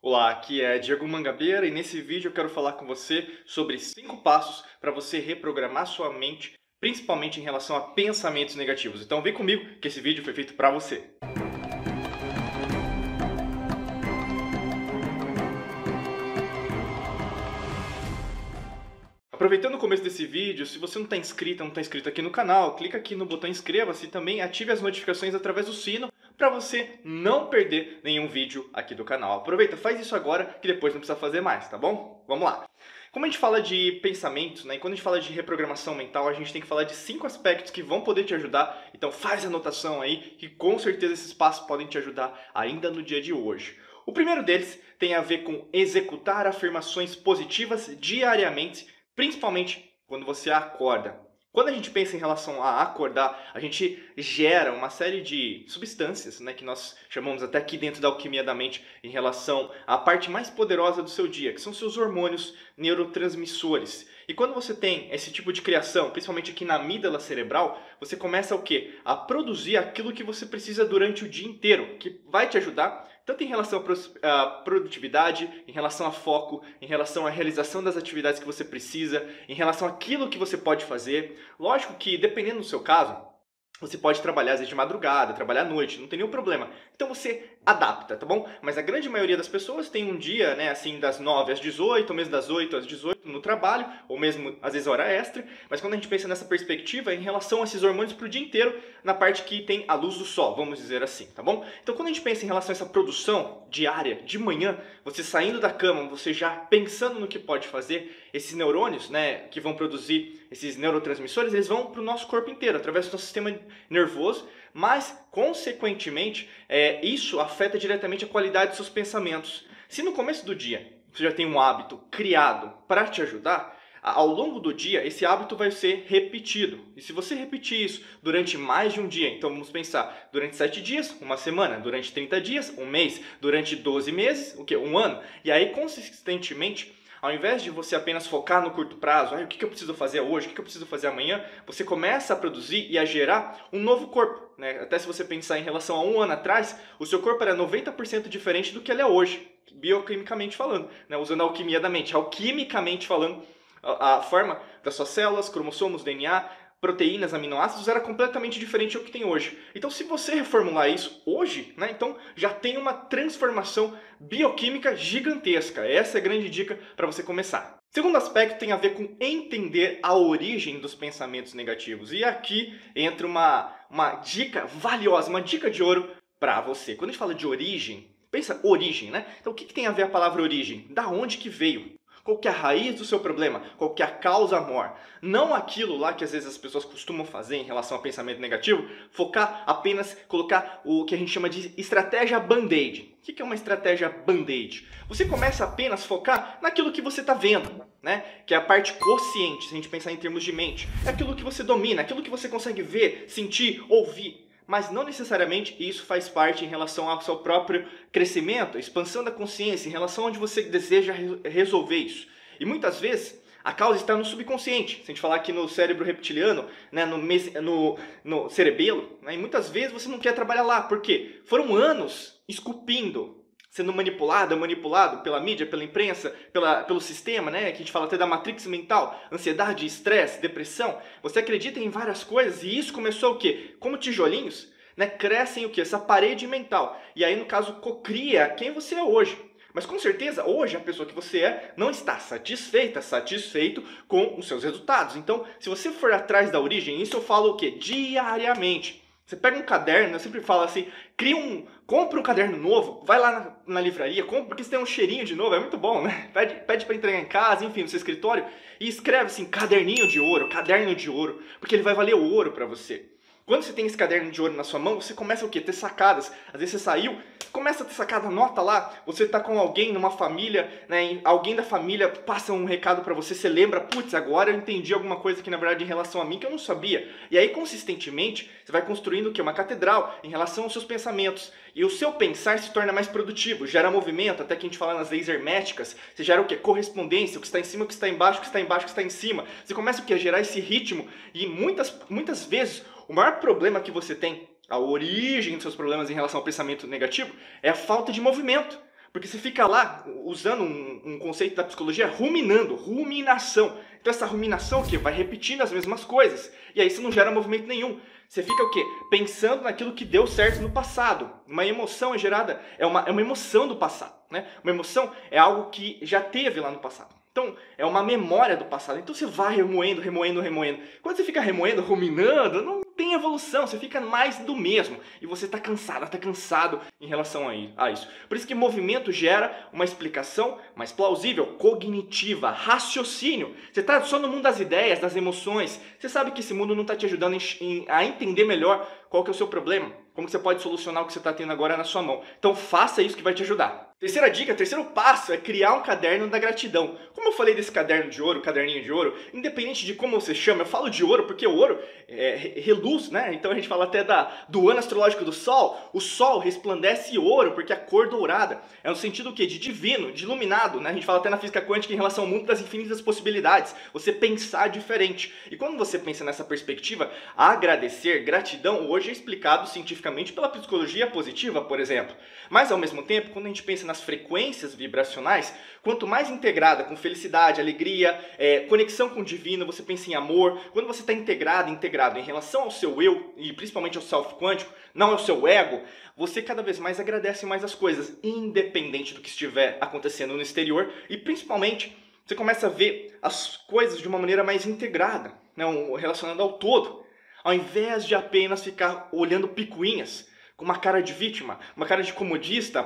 Olá, aqui é Diego Mangabeira e nesse vídeo eu quero falar com você sobre 5 passos para você reprogramar sua mente, principalmente em relação a pensamentos negativos. Então vem comigo que esse vídeo foi feito para você. Aproveitando o começo desse vídeo, se você não está inscrito, não está inscrito aqui no canal, clica aqui no botão inscreva-se e também ative as notificações através do sino para você não perder nenhum vídeo aqui do canal. Aproveita, faz isso agora que depois não precisa fazer mais, tá bom? Vamos lá! Como a gente fala de pensamentos, né, e quando a gente fala de reprogramação mental, a gente tem que falar de 5 aspectos que vão poder te ajudar. Então faz a anotação aí, que com certeza esses passos podem te ajudar ainda no dia de hoje. O primeiro deles tem a ver com executar afirmações positivas diariamente, principalmente quando você acorda. Quando a gente pensa em relação a acordar, a gente gera uma série de substâncias, né, que nós chamamos até aqui dentro da alquimia da mente, em relação à parte mais poderosa do seu dia, que são seus hormônios neurotransmissores. E quando você tem esse tipo de criação, principalmente aqui na amígdala cerebral, você começa o quê? A produzir aquilo que você precisa durante o dia inteiro, que vai te ajudar tanto em relação à produtividade, em relação a foco, em relação à realização das atividades que você precisa, em relação àquilo que você pode fazer. Lógico que, dependendo do seu caso, você pode trabalhar às vezes de madrugada, trabalhar à noite, não tem nenhum problema. Então você adapta, tá bom? Mas a grande maioria das pessoas tem um dia, né, assim, das 9 às 18, ou mesmo das 8 às 18 no trabalho, ou mesmo às vezes hora extra. Mas quando a gente pensa nessa perspectiva, é em relação a esses hormônios para o dia inteiro, na parte que tem a luz do sol, vamos dizer assim, tá bom? Então quando a gente pensa em relação a essa produção diária, de manhã, você saindo da cama, você já pensando no que pode fazer, esses neurônios, né, que vão produzir esses neurotransmissores, eles vão para o nosso corpo inteiro, através do nosso sistema nervoso, mas, consequentemente, isso afeta diretamente a qualidade dos seus pensamentos. Se no começo do dia você já tem um hábito criado para te ajudar, ao longo do dia esse hábito vai ser repetido. E se você repetir isso durante mais de um dia, então vamos pensar, durante 7 dias, uma semana, durante 30 dias, um mês, durante 12 meses, o quê? Um ano. E aí, consistentemente, ao invés de você apenas focar no curto prazo, o que eu preciso fazer hoje, o que eu preciso fazer amanhã, você começa a produzir e a gerar um novo corpo, né? Até se você pensar em relação a um ano atrás, o seu corpo era 90% diferente do que ele é hoje, bioquimicamente falando, né? Usando a alquimia da mente, alquimicamente falando, a forma das suas células, cromossomos, DNA, proteínas, aminoácidos era completamente diferente do que tem hoje. Então, se você reformular isso hoje, né, então já tem uma transformação bioquímica gigantesca. Essa é a grande dica para você começar. Segundo aspecto tem a ver com entender a origem dos pensamentos negativos. E aqui entra uma dica valiosa, uma dica de ouro para você. Quando a gente fala de origem, pensa origem, né? Então, o que tem a ver a palavra origem? Da onde que veio? Qual que é a raiz do seu problema? Qual que é a causa maior? Não aquilo lá que às vezes as pessoas costumam fazer em relação ao pensamento negativo, focar apenas, colocar o que a gente chama de estratégia band-aid. O que é uma estratégia band-aid? Você começa apenas a focar naquilo que você está vendo, né? Que é a parte consciente, se a gente pensar em termos de mente. É aquilo que você domina, aquilo que você consegue ver, sentir, ouvir. Mas não necessariamente isso faz parte em relação ao seu próprio crescimento, expansão da consciência, em relação a onde você deseja resolver isso. E muitas vezes a causa está no subconsciente. Se a gente falar aqui no cérebro reptiliano, né, no cerebelo, né, e muitas vezes você não quer trabalhar lá. Por quê? Foram anos esculpindo, sendo manipulado pela mídia, pela imprensa, pelo sistema, né? Que a gente fala até da matrix mental, ansiedade, estresse, depressão. Você acredita em várias coisas e isso começou o quê? Como tijolinhos, né? Crescem o quê? Essa parede mental. E aí, no caso, cocria quem você é hoje. Mas com certeza, hoje, a pessoa que você é não está satisfeito com os seus resultados. Então, se você for atrás da origem, isso eu falo o quê? Diariamente. Você pega um caderno, eu sempre falo assim, compra um caderno novo, vai lá na livraria, compra, porque você tem um cheirinho de novo, é muito bom, né? Pede para entregar em casa, enfim, no seu escritório, e escreve assim, caderno de ouro, porque ele vai valer ouro para você. Quando você tem esse caderno de ouro na sua mão, você começa o quê? Ter sacadas. Às vezes você saiu, começa a ter sacada, anota lá. Você está com alguém numa família, né? Alguém da família passa um recado para você, você lembra, putz, agora eu entendi alguma coisa que na verdade em relação a mim que eu não sabia. E aí consistentemente você vai construindo o quê? Uma catedral em relação aos seus pensamentos. E o seu pensar se torna mais produtivo, gera movimento, até que a gente fala nas leis herméticas, você gera o quê? Correspondência, o que está em cima, o que está embaixo, o que está embaixo, o que está em cima. Você começa o quê? A gerar esse ritmo e muitas vezes o maior problema que você tem, a origem dos seus problemas em relação ao pensamento negativo, é a falta de movimento. Porque você fica lá usando um conceito da psicologia ruminando, ruminação. Então essa ruminação o quê? Vai repetindo as mesmas coisas. E aí você não gera movimento nenhum. Você fica o quê? Pensando naquilo que deu certo no passado. Uma emoção é gerada, é uma emoção do passado, né? Uma emoção é algo que já teve lá no passado. Então, é uma memória do passado. Então você vai remoendo, remoendo, remoendo. Quando você fica remoendo, ruminando, não tem evolução, você fica mais do mesmo. E você está cansado em relação a isso. Por isso que movimento gera uma explicação mais plausível, cognitiva, raciocínio. Você está só no mundo das ideias, das emoções. Você sabe que esse mundo não está te ajudando a entender melhor qual que é o seu problema. Como que você pode solucionar o que você está tendo agora na sua mão. Então faça isso que vai te ajudar. Terceira dica, terceiro passo é criar um caderno da gratidão. Como eu falei desse caderno de ouro, caderninho de ouro, independente de como você chama, eu falo de ouro porque o ouro reluz, né? Então a gente fala até do ano astrológico do Sol. O Sol resplandece ouro porque a cor dourada é no sentido o quê? De divino, de iluminado, né? A gente fala até na física quântica em relação ao mundo das infinitas possibilidades. Você pensar diferente. E quando você pensa nessa perspectiva, agradecer, gratidão, hoje é explicado cientificamente pela psicologia positiva, por exemplo. Mas ao mesmo tempo, quando a gente pensa nas frequências vibracionais, quanto mais integrada com felicidade, alegria, conexão com o divino, você pensa em amor, quando você está integrado em relação ao seu eu, e principalmente ao self quântico, não ao seu ego, você cada vez mais agradece mais as coisas, independente do que estiver acontecendo no exterior, e principalmente você começa a ver as coisas de uma maneira mais integrada, né, relacionada ao todo, ao invés de apenas ficar olhando picuinhas, com uma cara de vítima, uma cara de comodista,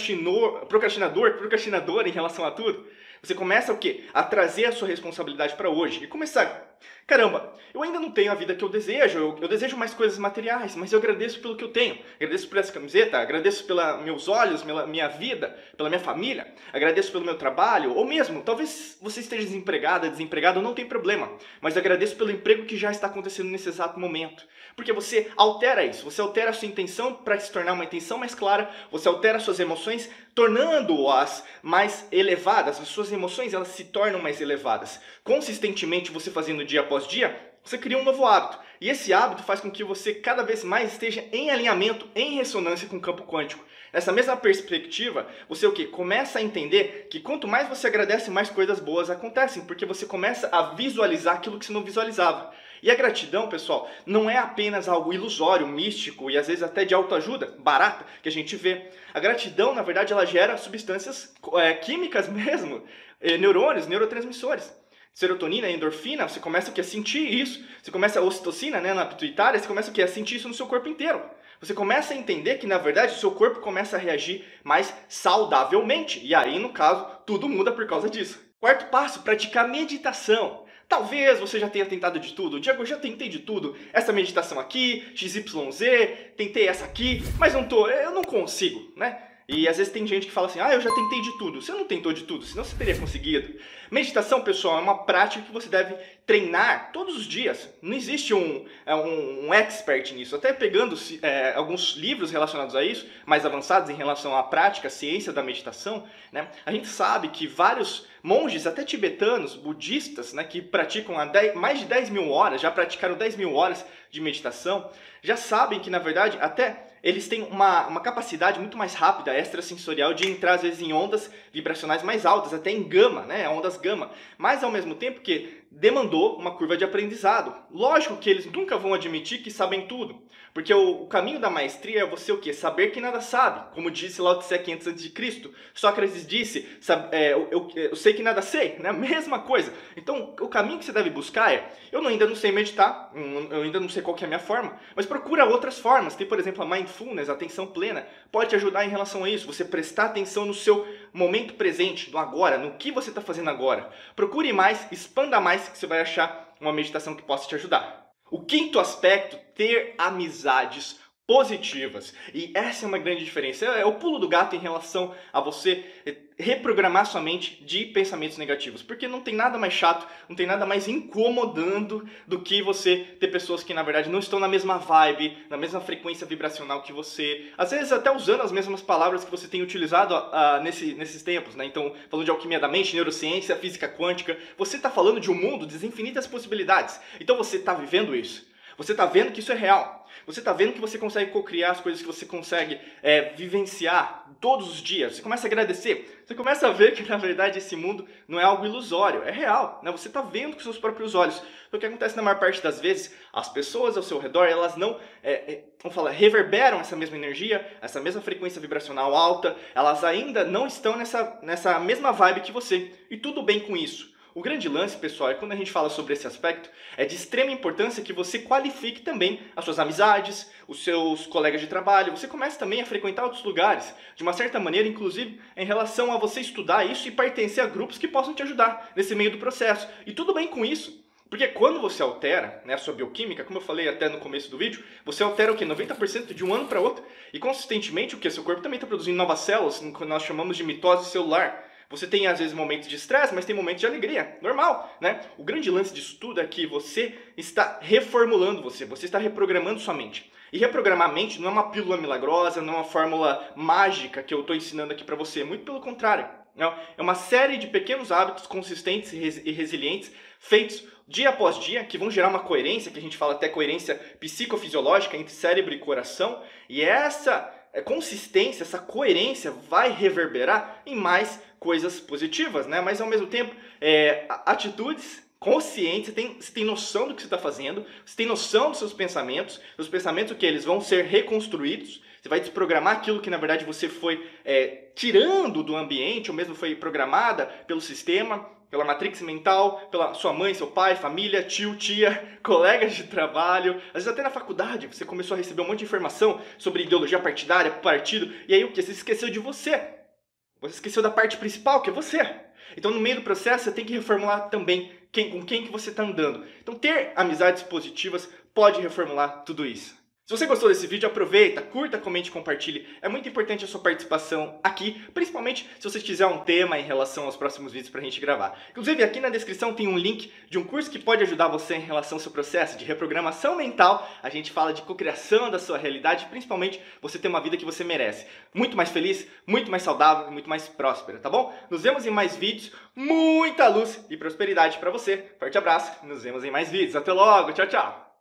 procrastinador em relação a tudo. Você começa o quê? A trazer a sua responsabilidade para hoje e começar. Caramba, eu ainda não tenho a vida que eu desejo, eu desejo mais coisas materiais, mas eu agradeço pelo que eu tenho. Agradeço por essa camiseta, agradeço pelos meus olhos, pela minha vida, pela minha família, agradeço pelo meu trabalho, ou mesmo, talvez você esteja desempregado, não tem problema, mas agradeço pelo emprego que já está acontecendo nesse exato momento. Porque você altera isso, você altera a sua intenção para se tornar uma intenção mais clara, você altera as suas emoções, tornando-as mais elevadas. As suas emoções elas se tornam mais elevadas. Consistentemente, você fazendo dia após dia, você cria um novo hábito. E esse hábito faz com que você cada vez mais esteja em alinhamento, em ressonância com o campo quântico. Nessa mesma perspectiva, você o quê? Começa a entender que quanto mais você agradece, mais coisas boas acontecem, porque você começa a visualizar aquilo que você não visualizava. E a gratidão, pessoal, não é apenas algo ilusório, místico e às vezes até de autoajuda, barata, que a gente vê. A gratidão, na verdade, ela gera substâncias químicas mesmo, neurônios, neurotransmissores. Serotonina, endorfina, você começa a sentir isso. Você começa a ocitocina, né, na pituitária, você começa a sentir isso no seu corpo inteiro. Você começa a entender que, na verdade, o seu corpo começa a reagir mais saudavelmente. E aí, no caso, tudo muda por causa disso. Quarto passo, praticar meditação. Talvez você já tenha tentado de tudo. Diego, eu já tentei de tudo. Essa meditação aqui, XYZ, tentei essa aqui, mas eu não consigo, né? E às vezes tem gente que fala assim, eu já tentei de tudo. Você não tentou de tudo, senão você teria conseguido. Meditação, pessoal, é uma prática que você deve treinar todos os dias. Não existe um expert nisso. Até pegando alguns livros relacionados a isso, mais avançados em relação à prática, à ciência da meditação, né? A gente sabe que vários monges, até tibetanos, budistas, né, que praticam há mais de 10 mil horas, já praticaram 10 mil horas de meditação, já sabem que, na verdade, até eles têm uma capacidade muito mais rápida, extrasensorial, de entrar, às vezes, em ondas vibracionais mais altas, até em gama, né? Ondas gama. Mas, ao mesmo tempo, que demandou uma curva de aprendizado. Lógico que eles nunca vão admitir que sabem tudo. Porque o caminho da maestria é você o quê? Saber que nada sabe. Como disse Lao Tse 500 a.C. Sócrates disse, eu sei que nada sei, né? A mesma coisa. Então, o caminho que você deve buscar é, eu ainda não sei meditar, eu ainda não sei qual que é a minha forma, mas procura outras formas. Tem, por exemplo, a mindfulness, a atenção plena, pode te ajudar em relação a isso. Você prestar atenção no seu momento presente, no agora, no que você está fazendo agora. Procure mais, expanda mais, que você vai achar uma meditação que possa te ajudar. O quinto aspecto, ter amizades positivas. E essa é uma grande diferença. É o pulo do gato em relação a você reprogramar sua mente de pensamentos negativos. Porque não tem nada mais chato, não tem nada mais incomodando do que você ter pessoas que, na verdade, não estão na mesma vibe, na mesma frequência vibracional que você. Às vezes até usando as mesmas palavras que você tem utilizado nesses tempos, né? Então, falando de alquimia da mente, neurociência, física quântica, você está falando de um mundo de infinitas possibilidades. Então você está vivendo isso. Você está vendo que isso é real. Você está vendo que você consegue cocriar as coisas que você consegue vivenciar todos os dias. Você começa a agradecer. Você começa a ver que, na verdade, esse mundo não é algo ilusório. É real, né? Você está vendo com seus próprios olhos. O que acontece na maior parte das vezes, as pessoas ao seu redor, elas não reverberam essa mesma energia, essa mesma frequência vibracional alta. Elas ainda não estão nessa mesma vibe que você. E tudo bem com isso. O grande lance, pessoal, é quando a gente fala sobre esse aspecto, é de extrema importância que você qualifique também as suas amizades, os seus colegas de trabalho. Você comece também a frequentar outros lugares, de uma certa maneira, inclusive, em relação a você estudar isso e pertencer a grupos que possam te ajudar nesse meio do processo. E tudo bem com isso. Porque quando você altera, né, a sua bioquímica, como eu falei até no começo do vídeo, você altera o que? 90% de um ano para outro. E consistentemente, o que? Seu corpo também está produzindo novas células, que nós chamamos de mitose celular. Você tem, às vezes, momentos de estresse, mas tem momentos de alegria. Normal, né? O grande lance disso tudo é que você está reformulando você está reprogramando sua mente. E reprogramar a mente não é uma pílula milagrosa, não é uma fórmula mágica que eu estou ensinando aqui para você. Muito pelo contrário. Não? É uma série de pequenos hábitos consistentes e resilientes, feitos dia após dia, que vão gerar uma coerência, que a gente fala até coerência psicofisiológica entre cérebro e coração. E essa consistência, essa coerência vai reverberar em mais coisas positivas, né? Mas ao mesmo tempo, atitudes conscientes, você tem noção do que você está fazendo, você tem noção dos seus pensamentos o que eles vão ser reconstruídos, você vai desprogramar aquilo que na verdade você foi tirando do ambiente, ou mesmo foi programada pelo sistema, pela matrix mental, pela sua mãe, seu pai, família, tio, tia, colegas de trabalho. Às vezes até na faculdade você começou a receber um monte de informação sobre ideologia partidária, partido, e aí o que? Você esqueceu de você. Você esqueceu da parte principal, que é você. Então no meio do processo você tem que reformular também com quem que você está andando. Então ter amizades positivas pode reformular tudo isso. Se você gostou desse vídeo, aproveita, curta, comente e compartilhe. É muito importante a sua participação aqui, principalmente se você quiser um tema em relação aos próximos vídeos pra gente gravar. Inclusive, aqui na descrição tem um link de um curso que pode ajudar você em relação ao seu processo de reprogramação mental. A gente fala de cocriação da sua realidade, principalmente você ter uma vida que você merece. Muito mais feliz, muito mais saudável e muito mais próspera, tá bom? Nos vemos em mais vídeos. Muita luz e prosperidade pra você. Forte abraço, nos vemos em mais vídeos. Até logo, tchau, tchau!